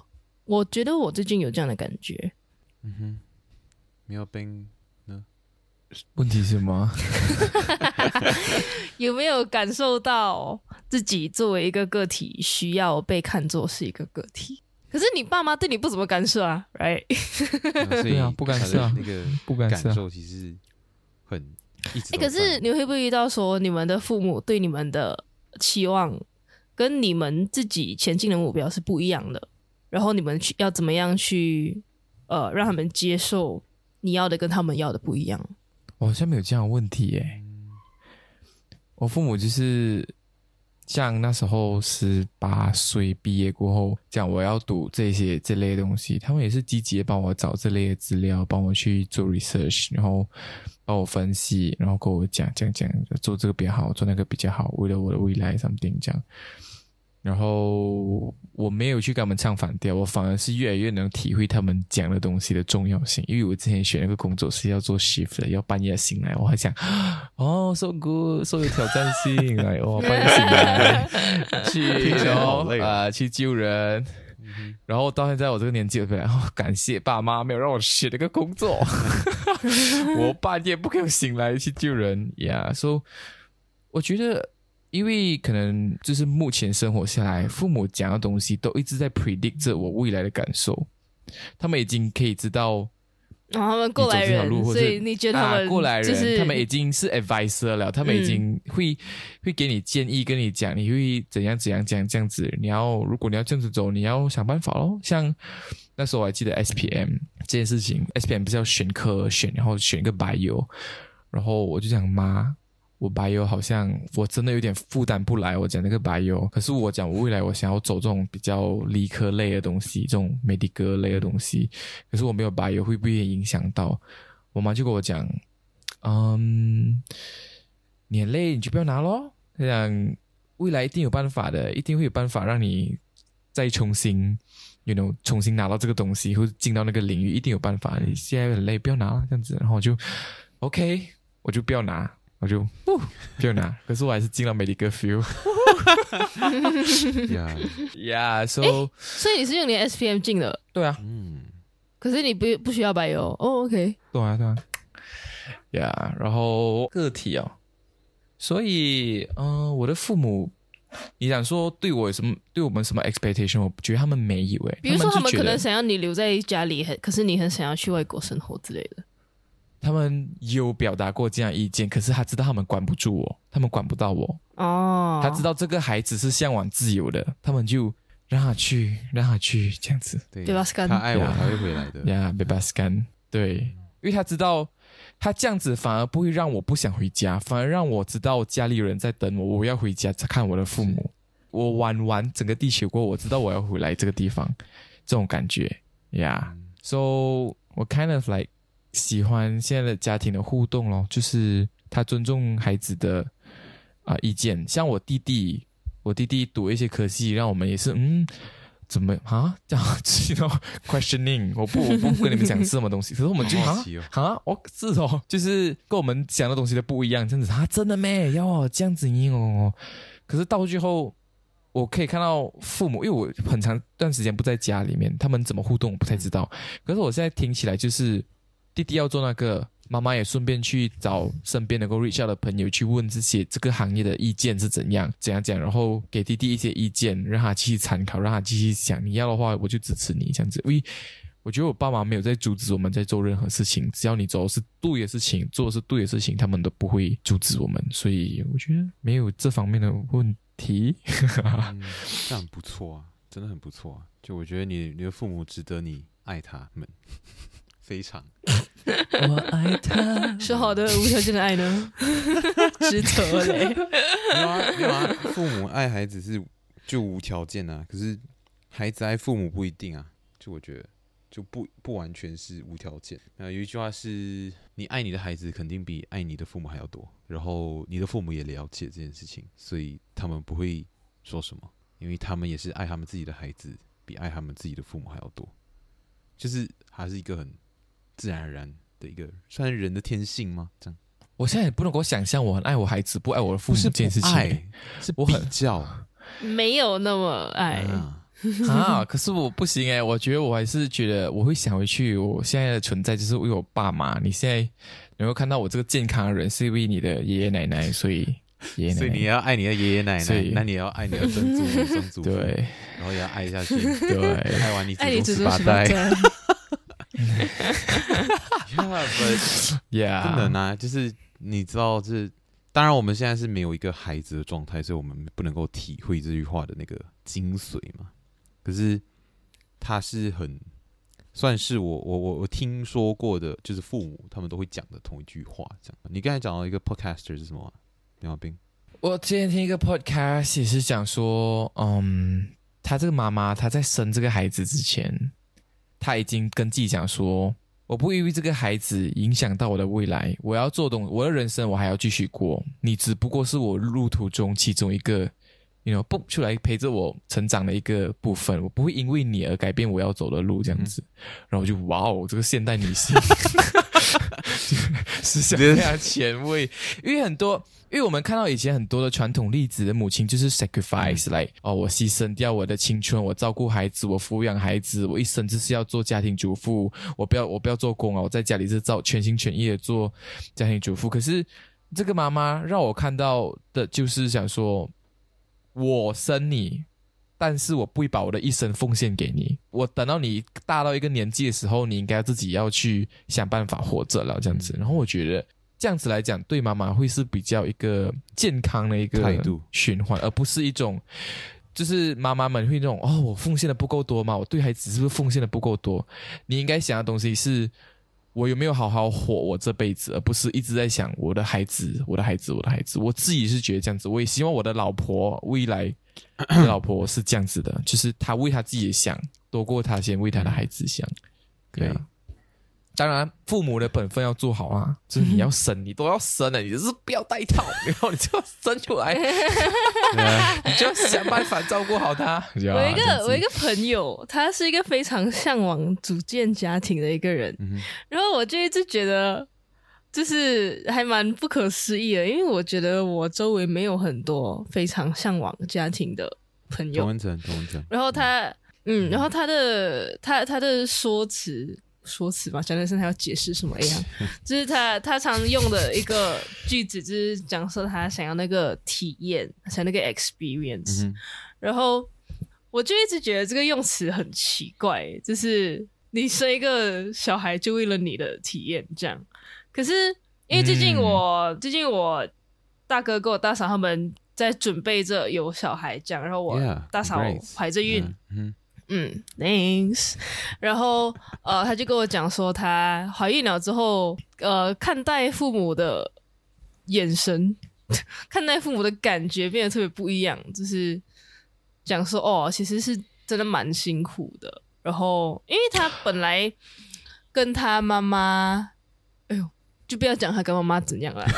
我觉得我最近有这样的感觉。 嗯哼，没有冰呢？ 问题是什么？ 有没有感受到自己作为一个个体需要被看作是一个个体？可是你爸妈对你不怎么干涉啊 ，right？ 所以对啊不干涉啊那个不干涉感受其实很一直哎、 都在。 可是你会不会遇到说你们的父母对你们的期望跟你们自己前进的目标是不一样的，然后你们去要怎么样去呃让他们接受你要的跟他们要的不一样？ 我好像没有这样的问题耶。我父母就是像那时候十八岁毕业过后，讲我要读这些这类的东西，他们也是积极的帮我找这类的资料，帮我去做 research， 然后帮我分析，然后跟我讲讲讲做这个比较好，做那个比较好，为了我的未来 something 这样。然后我没有去跟他们唱反调，我反而是越来越能体会他们讲的东西的重要性。因为我之前选那个工作是要做 shift 的，要半夜醒来，我还想哦 so good so 有挑战性，来哦半夜醒来去听起来好累哦啊、呃、去救人。 嗯然后到现在我这个年纪，我本来哦感谢爸妈没有让我选那个工作，我半夜不可以醒来去救人呀。所以、yeah, so, 我觉得。因为可能就是目前生活下来，父母讲的东西都一直在 predict 着我未来的感受，他们已经可以知道， 然后他们过来人， 所所以你觉得他们、 啊、过来人、 就是他们已经是 advisor 了，他们已经会、嗯、会给你建议，跟你讲你会怎样怎样怎样这样子，你要如果你要这样子走，你要想办法咯。像那时候我还记得 S P M 这件事情 ，S P M 不是要选科选，然后选一个 bio， 然后我就讲妈。我 bio 好像我真的有点负担不来，我讲那个 bio， 可是我讲我未来我想要走这种比较理科类的东西，这种 medical 类的东西，可是我没有 bio 会不会影响到？我妈就跟我讲，嗯，你很累你就不要拿咯，这样未来一定有办法的，一定会有办法让你再重新 you know 重新拿到这个东西，或者进到那个领域，一定有办法。你现在很累不要拿这样子，然后我就 OK 我就不要拿，我就不要拿，可是我还是进了 medical field。 呀 yeah, so 所以你是用你的 S P M 进的？ 对啊， 嗯， 可是你不不需要白油哦 ，OK， 对啊对啊，呀、yeah, 然后个体哦，所以嗯、呃，我的父母，你想说对我有什么，对我们什么 expectation？ 我觉得他们没有诶。 比如说他们可能想想要你留在家里，可是你很想要去外国生活之类的。 他们有表达过这样意见，可是他知道他们管不住我，他们管不到我。 哦， 他知道这个孩子是向往自由的，他们就让他去，让他去这样子。 对， bebaskan 他爱我才会回来的。 呀 bebaskan 对，因为他知道他这样子反而不会让我不想回家，反而让我知道家里有人在等我，我要回家看我的父母。我玩完整个地球过后，我知道我要回来这个地方，这种感觉呀。Yeah. So 我 kind of like 喜欢现在的家庭的互动咯，就是他尊重孩子的啊、呃、意见。像我弟弟，我弟弟读一些科系，让我们也是嗯。怎么啊？这样you know questioning， 我不我不跟你们讲是什么东西，可是我们就啊啊，哦是哦，就是跟我们讲的东西都不一样，这样子啊，真的咩？要这样子哦。可是到最后，我可以看到父母，因为我很长段时间不在家里面，他们怎么互动我不太知道。可是我现在听起来就是弟弟要做那个。妈妈也顺便去找身边能够 reach out 的朋友去问这些这个行业的意见是怎样怎样讲，然后给弟弟一些意见，让他继续参考，让他继续想，你要的话我就支持你这样子。因为我觉得我爸妈没有在阻止我们在做任何事情，只要你走的是对的事情，做的是对的事情，他们都不会阻止我们，所以我觉得没有这方面的问题。 嗯，这样不错啊，真的很不错啊。就我觉得你你的父母值得你爱他们。非常， 我爱他， 说好的无条件的爱呢？值得嘞。 没有啊，没有啊。父母爱孩子是就无条件啊，可是孩子爱父母不一定啊。就我觉得就不不完全是无条件。有一句话是：你爱你的孩子，肯定比爱你的父母还要多。然后你的父母也了解这件事情，所以他们不会说什么，因为他们也是爱他们自己的孩子，比爱他们自己的父母还要多。就是还是一个很自然而然的一个，算是人的天性吗？这样， 我现在也不能够想象我很爱我孩子，不爱我的父母这件事情， 是不爱，是比较， 没有那么爱。 啊、 啊，可是我不行哎，我觉得我还是觉得我会想回去，我现在的存在就是为我爸妈。你现在能够看到我这个健康的人，是因为你的爷爷奶奶，所以爷爷奶奶， 所以你要爱你的爷爷奶所以， 奶那你也要爱你的曾祖母、曾祖父， 对， 然后也要爱下去， 对， 爱完你祖爱你宗祖宗十八十八代。 代。 Yeah, but Yeah， 不能啊，就是你知道这。当然，我们现在是没有一个孩子的状态，所以我们不能够体会这句话的那个精髓嘛。可是，他是很算是我我我我听说过的，就是父母他们都会讲的同一句话。这样，你刚才讲到一个 podcaster 是什么、啊？梁小兵， 我之前听一个 podcast 也是讲说，嗯，他这个妈妈她在生这个孩子之前，她已经跟自己讲说，我不会因为这个孩子影响到我的未来，我要做东，我的人生我还要继续过，你只不过是我路途中其中一个 you know 蹦出来陪着我成长的一个部分，我不会因为你而改变我要走的路这样子。嗯、然后我就哇哦，这个现代女性思想非常前卫，因为很多。因为我们看到以前很多的传统例子的母亲就是 sacrifice 来、嗯、哦，我牺牲掉我的青春，我照顾孩子，我抚养孩子，我一生就是要做家庭主妇，我不要我不要做工啊，我在家里是照全心全意的做家庭主妇。可是这个妈妈让我看到的就是想说，我生你，但是我不会把我的一生奉献给你，我等到你大到一个年纪的时候，你应该自己要去想办法活着了这样子。然后我觉得这样子来讲，对妈妈会是比较一个健康的一个态度循环，而不是一种就是妈妈们会那种哦，我奉献的不够多吗？我对孩子是不是奉献的不够多？你应该想的东西是，我有没有好好活我这辈子，而不是一直在想我的孩子，我的孩子，我的孩子。我自己是觉得这样子，我也希望我的老婆未来的老婆是这样子的，就是她为她自己想，多过她先为她的孩子想。对啊。当然父母的本分要做好啊，就是你要生你都要生了，你就是不要戴套，然后你就要生出来你就要想办法照顾好他。 我有一个我有一个朋友，他是一个非常向往组建家庭的一个人、嗯、然后我就一直觉得就是还蛮不可思议的，因为我觉得我周围没有很多非常向往家庭的朋友。 同文层同文层然后他嗯然后他的他他的说辞说辞嘛，讲的是他要解释什么样就是他他常用的一个句子，就是讲说他想要那个体验，想要那个 experience、嗯、然后我就一直觉得这个用词很奇怪，就是你生一个小孩就为了你的体验这样。可是因为最近我、嗯、最近我大哥跟我大嫂他们在准备着有小孩这样，然后我大嫂怀着孕、yeah, 嗯嗯 ，thanks。然后呃，他就跟我讲说，他怀孕了之后，呃，看待父母的眼神，看待父母的感觉变得特别不一样，就是讲说，哦，其实是真的蛮辛苦的。然后，因为他本来跟他妈妈，哎呦，就不要讲他跟妈妈怎样了。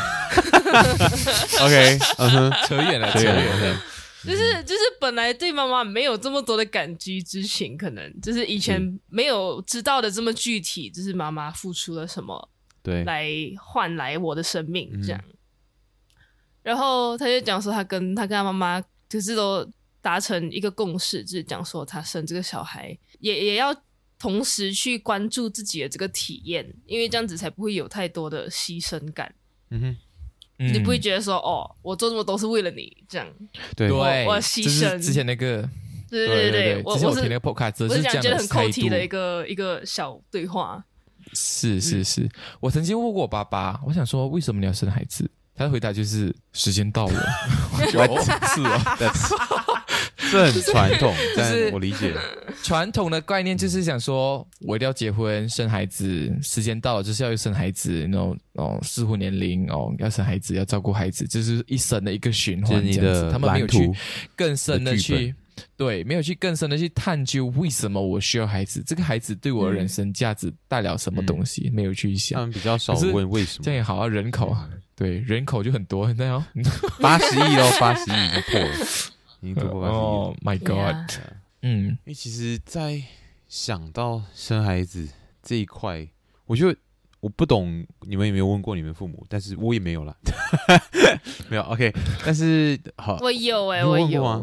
OK， 嗯哼， 扯远了，扯远了。 就是就是本来对妈妈没有这么多的感激之情，可能就是以前没有知道的这么具体，就是妈妈付出了什么，对，来换来我的生命这样、嗯、然后他就讲说他跟他跟他妈妈就是都达成一个共识，就是讲说他生这个小孩也也要同时去关注自己的这个体验，因为这样子才不会有太多的牺牲感。嗯哼，你不会觉得说、嗯、哦，我做这么多是为了你这样， 对， 我我牺牲。 就是之前那个， 对对 对, 对, 对，之前我听那个 podcast 我是这样觉得很扣题的一个一个小对话。 是是是、嗯，我曾经问过我爸爸，我想说为什么你要生孩子？他的回答就是时间到了。是哦，这很传统，但我理解。 传统的概念就是想说，我一定要结婚生孩子，时间到了就是要生孩子，那种哦适婚年龄哦要生孩子，要照顾孩子，就是一生的一个循环这样子。他们没有去更深的去。对，没有去更深的去探究为什么我需要孩子，这个孩子对我的人生价值带了什么东西、嗯、没有去想。 他们比较少问为什么， 这样也好啊，人口对人口就很多，你知道八十亿咯，八十亿已经破了，已经突破八十亿了。 Oh my god！ 嗯， 因为其实在想到生孩子这一块，我觉得我不懂你们有没有问过你们父母，但是我也没有啦。没有 OK， 但是好， 我有哎、欸， 我有。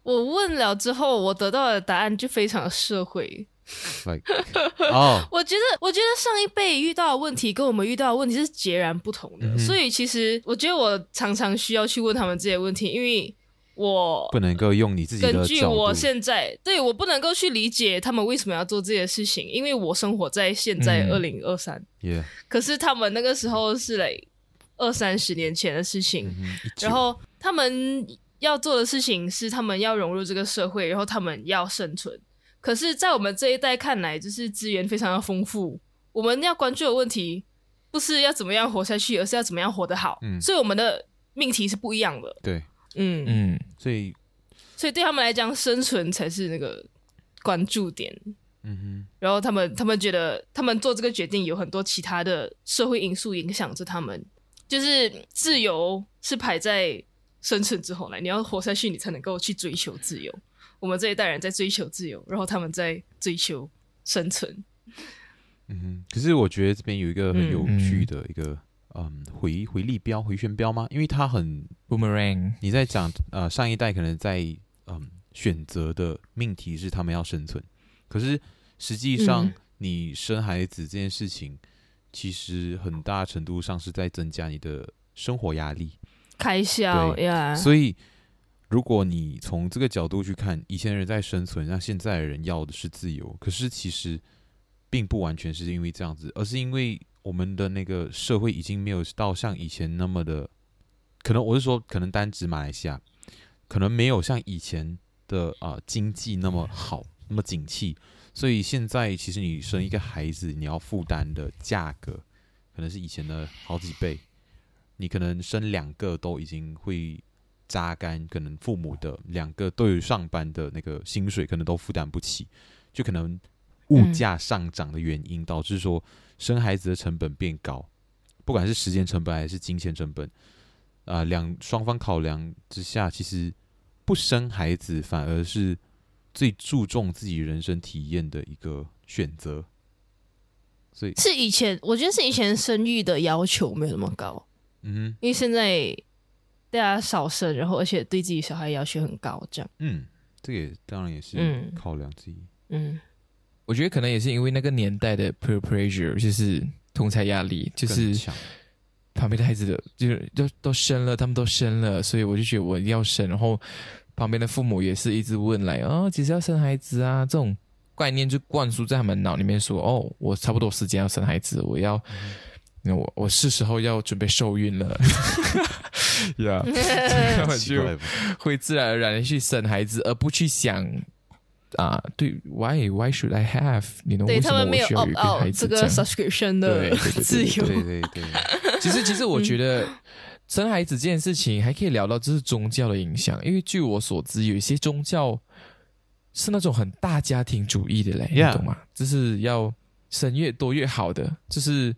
我问了之后，我得到的答案就非常的社会。 like 哦， 我觉得，我觉得上一辈遇到的问题跟我们遇到的问题是截然不同的，嗯、所以其实我觉得我常常需要去问他们这些问题，因为我不能够用你自己的角度， 根据我现在对我不能够去理解他们为什么要做这些事情，因为我生活在现在二零二三，可是他们那个时候是来二三十年前的事情，嗯、然后他们要做的事情是他们要融入这个社会，然后他们要生存。可是在我们这一代看来，就是资源非常的丰富，我们要关注的问题不是要怎么样活下去，而是要怎么样活得好，嗯、所以我们的命题是不一样的。 对， 嗯嗯，所以所以对他们来讲，生存才是那个关注点。嗯哼，然后他们他们觉得他们做这个决定有很多其他的社会因素影响着他们，就是自由是排在生存之后来，你要活下去，你才能够去追求自由。我们这一代人在追求自由，然后他们在追求生存。 嗯哼，可是我觉得这边有一个很有趣的一个嗯回回力标、回旋镖吗？因为它很 boomerang。 你在讲呃上一代可能在嗯选择的命题是他们要生存，可是实际上、嗯、你生孩子这件事情，其实很大程度上是在增加你的生活压力、 开销呀。 所以如果你从这个角度去看，以前的人在生存，那现在的人要的是自由。可是其实并不完全是因为这样子，而是因为我们的那个社会已经没有到像以前那么的，可能我是说，可能单指马来西亚，可能没有像以前的啊、呃、经济那么好，那么景气。所以现在其实你生一个孩子，你要负担的价格可能是以前的好几倍。你可能生两个都已经会榨干，可能父母的两个都有上班的那个薪水，可能都负担不起，就可能物价上涨的原因、嗯、导致说生孩子的成本变高，不管是时间成本还是金钱成本，啊、呃，两双方考量之下，其实不生孩子反而是最注重自己人生体验的一个选择。所以是以前，我觉得是以前生育的要求没有那么高，嗯哼，因为现在大家少生，然后而且对自己小孩要求很高，这样。 嗯，这个也当然也是考量之一。嗯， 我觉得可能也是因为那个年代的 peer pressure， 就是同侪压力，就是旁边的孩子的就是都都生了，他们都生了，所以我就觉得我一定要生。然后旁边的父母也是一直问来，哦，几时要生孩子啊？这种概念就灌输在他们脑里面说，哦，我差不多时间要生孩子，我要。嗯我我是时候要准备受孕了呀，他们就会自然而然的去生孩子，而不去想啊、呃，对 ，why why should I have？ 你懂为什么我需要有一个孩子？ 这个 subscription 的自由， 对对 对, 对, 对。其实其实我觉得生孩子这件事情还可以聊到这是宗教的影响，因为据我所知，有一些宗教是那种很大家庭主义的嘞， yeah. 你懂吗？就是要生越多越好的，就是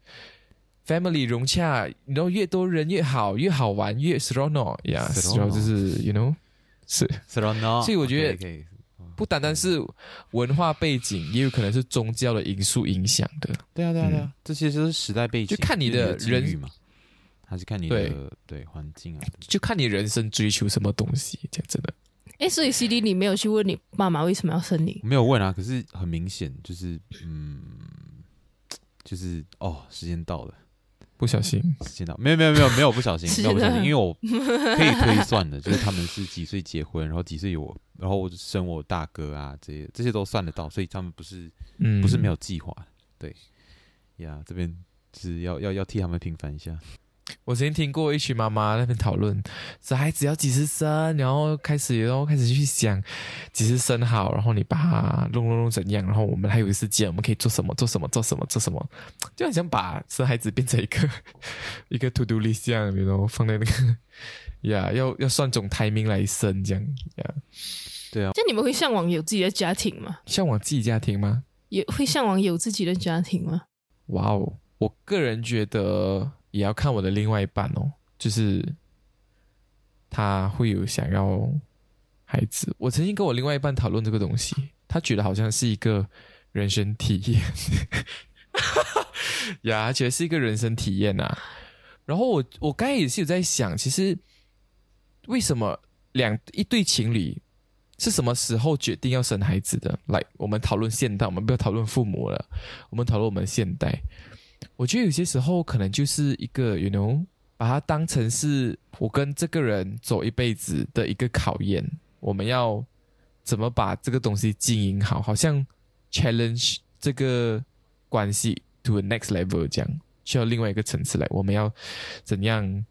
。family 融洽，然后越多人越好，越好玩，越 serono， 呀 ，serono 就是 you know 是 serono， 所以我觉得不单单是文化背景，也有可能是宗教的因素影响的。 对啊，对啊，对啊，嗯、这些就是时代背景， 就看你的人嘛，还是看你的 对, 对环境啊， 就看你人生追求什么东西，讲真的。 哎，所以 C D 你没有去问你妈妈为什么要生你？ 没有问啊，可是很明显就是嗯，就是哦，时间到了。 不小心， 没有没有没有没有不小心，没有不小心，因为我可以推算的，就是他们是几岁结婚，然后几岁有我，然后生我大哥啊，这些这些都算得到，所以他们不是、嗯、不是没有计划，对呀，这边是要要要替他们平反一下。 我之前听过一群妈妈那边讨论，小孩子要几时生，然后开始然后开始去想几时生好，然后你把它弄弄弄怎样，然后我们还有一个时间，我们可以做什么做什么做什么做什么，就很想把生孩子变成一个一个 to do list 这样，然后放在那个呀、yeah, 要要算种 timing 来生这样呀。Yeah. 对啊， 就你们会向往有自己的家庭吗？ 向往自己家庭吗？ 也会向往有自己的家庭吗？ 哇哦，我个人觉得。也要看我的另外一半哦，就是他会有想要孩子。我曾经跟我另外一半讨论这个东西，他觉得好像是一个人生体验，呀，他觉得是一个人生体验啊。然后我我刚才也是有在想，其实为什么两一对情侣是什么时候决定要生孩子的？来，我们讨论现代，我们不要讨论父母了，我们讨论我们现代。我觉得有些时候可能就是一个 ，you know， 把它当成是我跟这个人走一辈子的一个考验。我们要怎么把这个东西经营好？好像 challenge 这个关系 to the next level 这样，需要另外一个层次来。我们要怎样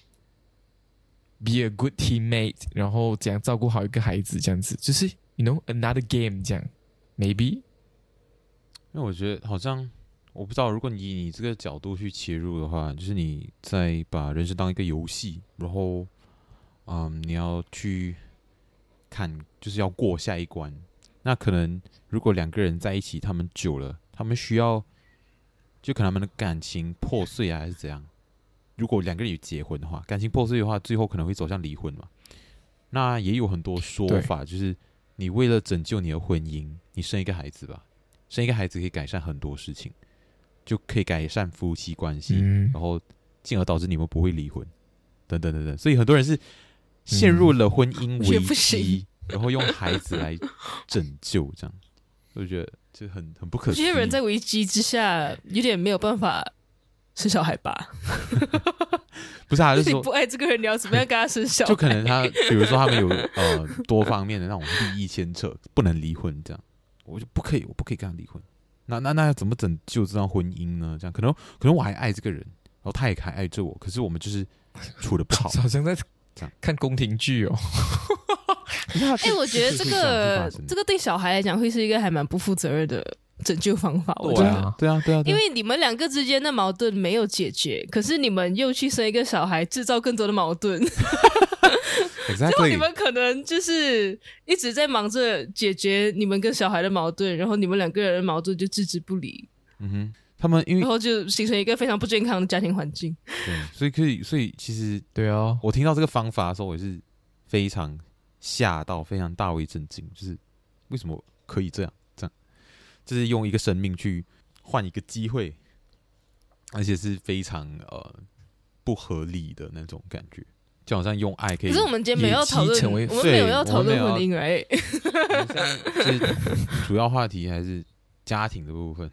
be a good teammate， 然后怎样照顾好一个孩子，这样子，就是 you know another game 这样 ，maybe。 因为我觉得好像我不知道，如果你以你这个角度去切入的话，就是你在把人生当一个游戏，然后嗯，你要去看，就是要过下一关。那可能如果两个人在一起，他们久了，他们需要，就可能他们的感情破碎啊，还是怎样？如果两个人有结婚的话，感情破碎的话，最后可能会走向离婚嘛。那也有很多说法，就是你为了拯救你的婚姻，你生一个孩子吧，生一个孩子可以改善很多事情，就可以改善夫妻关系， 嗯、 然后进而导致你们不会离婚，等等等等。所以很多人是陷入了婚姻危机，嗯、然后用孩子来拯救，这样，我就觉得就很很不可思议。 有些人在危机之下有点没有办法生小孩吧？ 不是啊，就是说你不爱这个人，你要怎么样跟他生小孩？ 就可能他，比如说他们有呃多方面的那种利益牵扯，不能离婚这样，我就不可以，我不可以跟他离婚。那那那要怎么拯救这段婚姻呢？这样可能可能我还爱这个人，然后他也还爱着我，可是我们就是处得不好， 好像在看宫廷剧哦。 哎、欸，我觉得这个这个对小孩来讲会是一个还蛮不负责任的拯救方法。我觉得， 对啊，对啊， 因为你们两个之间的矛盾没有解决，可是你们又去生一个小孩，制造更多的矛盾。 Exactly. 最后你们可能就是一直在忙着解决你们跟小孩的矛盾，然后你们两个人的矛盾就置之不理。 嗯哼，他们因为然后就形成一个非常不健康的家庭环境。 对，所以可以，所以其实对啊， 我听到这个方法的时候，我也是非常吓到，非常大为震惊，就是为什么可以这样？这样就是用一个生命去换一个机会，而且是非常呃不合理的那种感觉。就好像用爱可以， 可是我们今天没有讨论，我们没有要讨论婚姻哎。 就是主要话题还是家庭的部分。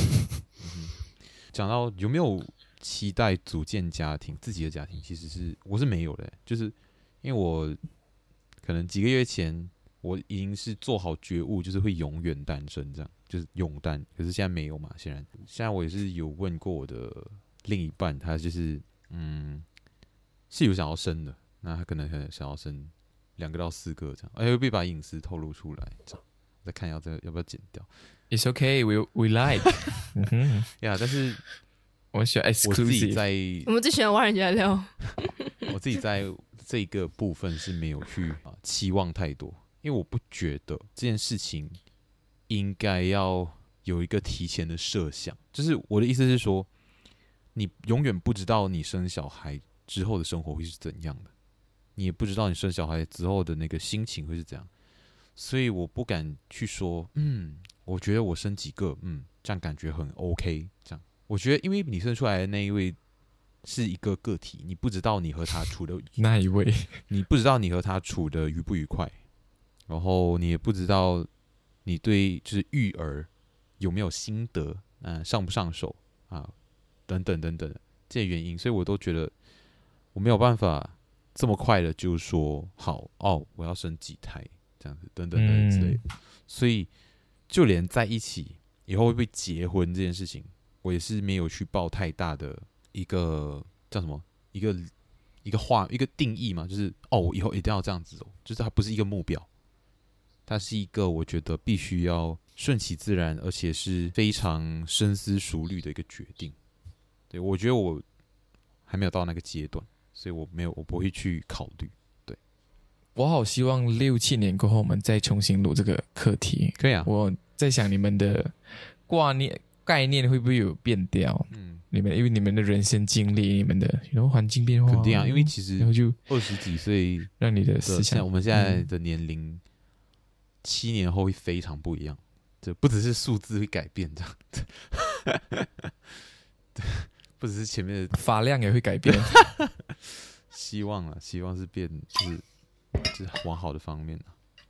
讲、嗯、到有没有期待组建家庭，自己的家庭，其实是我是没有的、欸，就是因为我可能几个月前我已经是做好觉悟，就是会永远单身，这样就是永单。可是现在没有嘛，显然现在我也是有问过我的另一半，他就是嗯。是有想要生的，那他可能想要生两个到四个这样，哎，会不会把隐私透露出来？这样再看要这要不要剪掉 ？It's okay, we we like 嗯。呀，但是我们喜欢 exclusive， 我自己在我们最喜欢挖人家的料。 我自己在这个部分是没有去、啊、期望太多，因为我不觉得这件事情应该要有一个提前的设想。就是我的意思是说，你永远不知道你生小孩之后的生活会是怎样的，你也不知道你生小孩之后的那个心情会是怎样，所以我不敢去说，嗯，我觉得我生几个，嗯，这样感觉很 OK。这样，我觉得，因为你生出来的那一位是一个个体，你不知道你和他处的那一位， 你不知道你和他处的愉不愉快，然后你也不知道你对就是育儿有没有心得，嗯、呃，上不上手啊，等等等等这些原因，所以我都觉得。我没有办法这么快的就说好哦，我要生几胎这样子，等等等之类的、嗯。所以就连在一起以后会不会结婚这件事情，我也是没有去抱太大的一个叫什么一个一个话一个定义嘛，就是哦，我以后一定要这样子走，就是它不是一个目标，它是一个我觉得必须要顺其自然，而且是非常深思熟虑的一个决定。对，我觉得我还没有到那个阶段。所以我没有，我不会去考虑。对， 我好希望六七年过后，我们再重新录这个课题。 可以啊。 我在想你们的挂念概念会不会有变掉？嗯，你们因为你们的人生经历，你们的然后环境变化， 肯定啊。因为其实然后就二十几岁， 让你的思想， 我们现在的年龄，嗯、七年后会非常不一样。这不只是数字会改变，这样。不只是前面的发量也会改变， 希望啊，希望是变，就是就是往好的方面啊。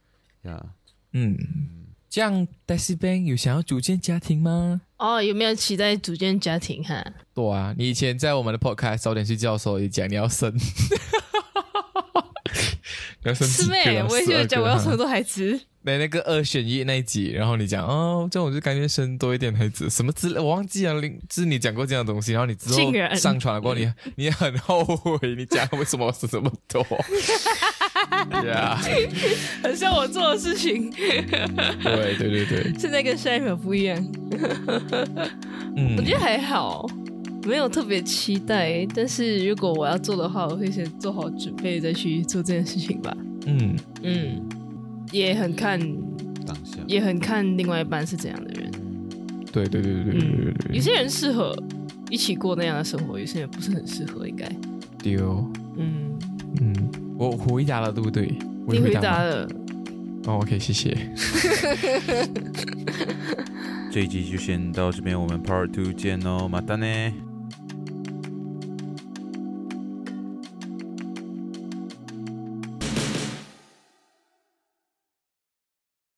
呀， 嗯，这样 Daisy Bang 有想要组建家庭吗？ 哦，有没有期待组建家庭哈？ 对啊，你以前在我们的 podcast 早点睡觉的时候也讲你要生，你要生几个？ 是咩？我也就讲我要生很多孩子。 那那个二选一那一集，然后你讲哦，这样我就甘愿生多一点孩子，什么之类，我忘记了，是你讲过这样的东西，然后你之后上传了过后，你你很后悔，你讲为什么生这么多？Yeah， 很像我做的事情。 对对对对， 现在跟下一秒不一样。嗯，我觉得还好，没有特别期待，但是如果我要做的话，我会先做好准备再去做这件事情吧。嗯嗯。也很看当下， 也很看另外一半是怎样的人。 对对对对对对对对、 嗯，有些人适合一起过那样的生活，有些人不是很适合，应该。 对哦。嗯嗯，我回答了，对不对？ 你回答了。 哦 ，OK， 谢谢。 这一集就先到这边，我们 Part Two 见哦，马丹呢。